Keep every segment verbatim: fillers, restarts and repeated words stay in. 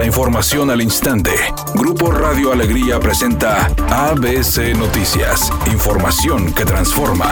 La información al instante. Grupo Radio Alegría presenta A B C Noticias. Información que transforma.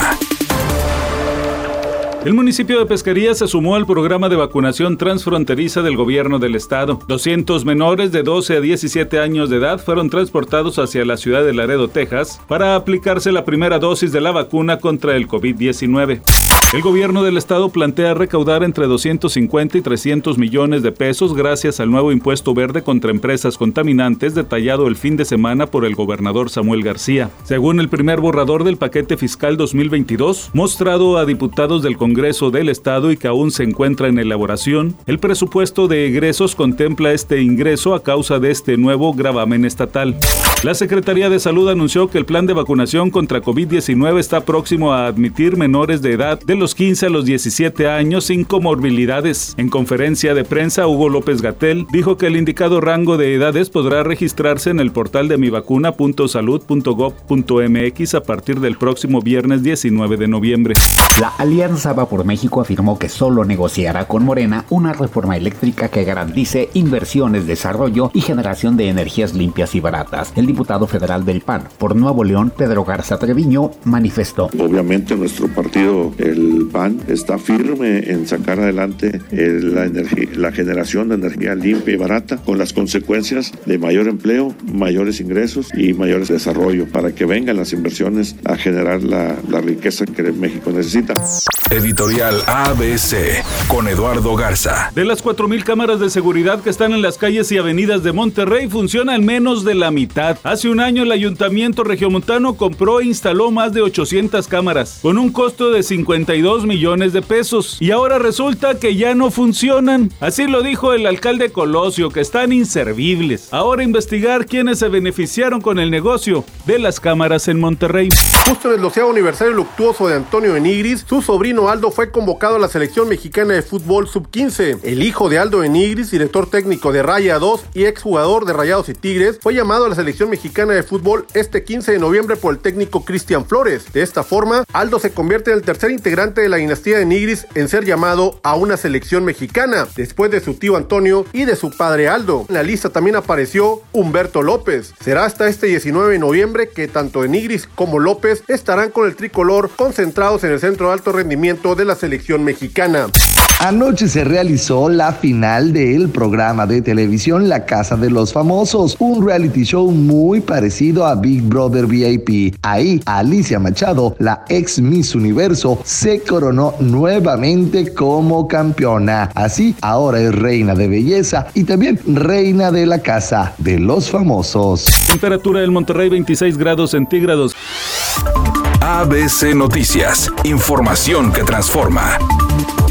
El municipio de Pesquería se sumó al programa de vacunación transfronteriza del gobierno del estado. doscientos menores de doce a diecisiete años de edad fueron transportados hacia la ciudad de Laredo, Texas, para aplicarse la primera dosis de la vacuna contra el COVID diecinueve. El gobierno del estado plantea recaudar entre doscientos cincuenta y trescientos millones de pesos gracias al nuevo impuesto verde contra empresas contaminantes detallado el fin de semana por el gobernador Samuel García. Según el primer borrador del paquete fiscal dos mil veintidós, mostrado a diputados del Congreso del estado y que aún se encuentra en elaboración, el presupuesto de egresos contempla este ingreso a causa de este nuevo gravamen estatal. La Secretaría de Salud anunció que el plan de vacunación contra COVID diecinueve está próximo a admitir menores de edad de los quince a los diecisiete años sin comorbilidades. En conferencia de prensa, Hugo López-Gatell dijo que el indicado rango de edades podrá registrarse en el portal de mivacuna punto salud punto gob punto mx a partir del próximo viernes diecinueve de noviembre. La Alianza Va por México afirmó que solo negociará con Morena una reforma eléctrica que garantice inversiones, desarrollo y generación de energías limpias y baratas. El diputado federal del P A N por Nuevo León, Pedro Garza Treviño, manifestó. Obviamente nuestro partido, el P A N, está firme en sacar adelante la, energía, la generación de energía limpia y barata, con las consecuencias de mayor empleo, mayores ingresos y mayores desarrollo, para que vengan las inversiones a generar la, la riqueza que México necesita. Editorial A B C con Eduardo Garza. De las cuatro mil cámaras de seguridad que están en las calles y avenidas de Monterrey, funcionan menos de la mitad. Hace un año el Ayuntamiento Regiomontano compró e instaló más de ochocientas cámaras, con un costo de cincuenta y dos millones de pesos. Y ahora resulta que ya no funcionan. Así lo dijo el alcalde Colosio, que están inservibles. Ahora investigar quiénes se beneficiaron con el negocio de las cámaras en Monterrey. Justo en el doceavo aniversario luctuoso de Antonio de Nigris, su sobrino Aldo fue convocado a la selección mexicana de fútbol sub quince. El hijo de Aldo de Nigris, director técnico de Raya dos y exjugador de Rayados y Tigres, fue llamado a la selección mexicana de fútbol este quince de noviembre por el técnico Cristian Flores. De esta forma, Aldo se convierte en el tercer integrante de la dinastía de Nigris en ser llamado a una selección mexicana, después de su tío Antonio y de su padre Aldo. En la lista también apareció Humberto López. Será hasta este diecinueve de noviembre que tanto de Nigris como López estarán con el tricolor concentrados en el centro de alto rendimiento de la selección mexicana. Anoche se realizó la final del programa de televisión La Casa de los Famosos, un reality show muy parecido a Big Brother V I P. Ahí, Alicia Machado, la ex Miss Universo, se coronó nuevamente como campeona. Así, ahora es reina de belleza y también reina de la Casa de los Famosos. Temperatura en Monterrey veintiséis grados centígrados. A B C Noticias, información que transforma.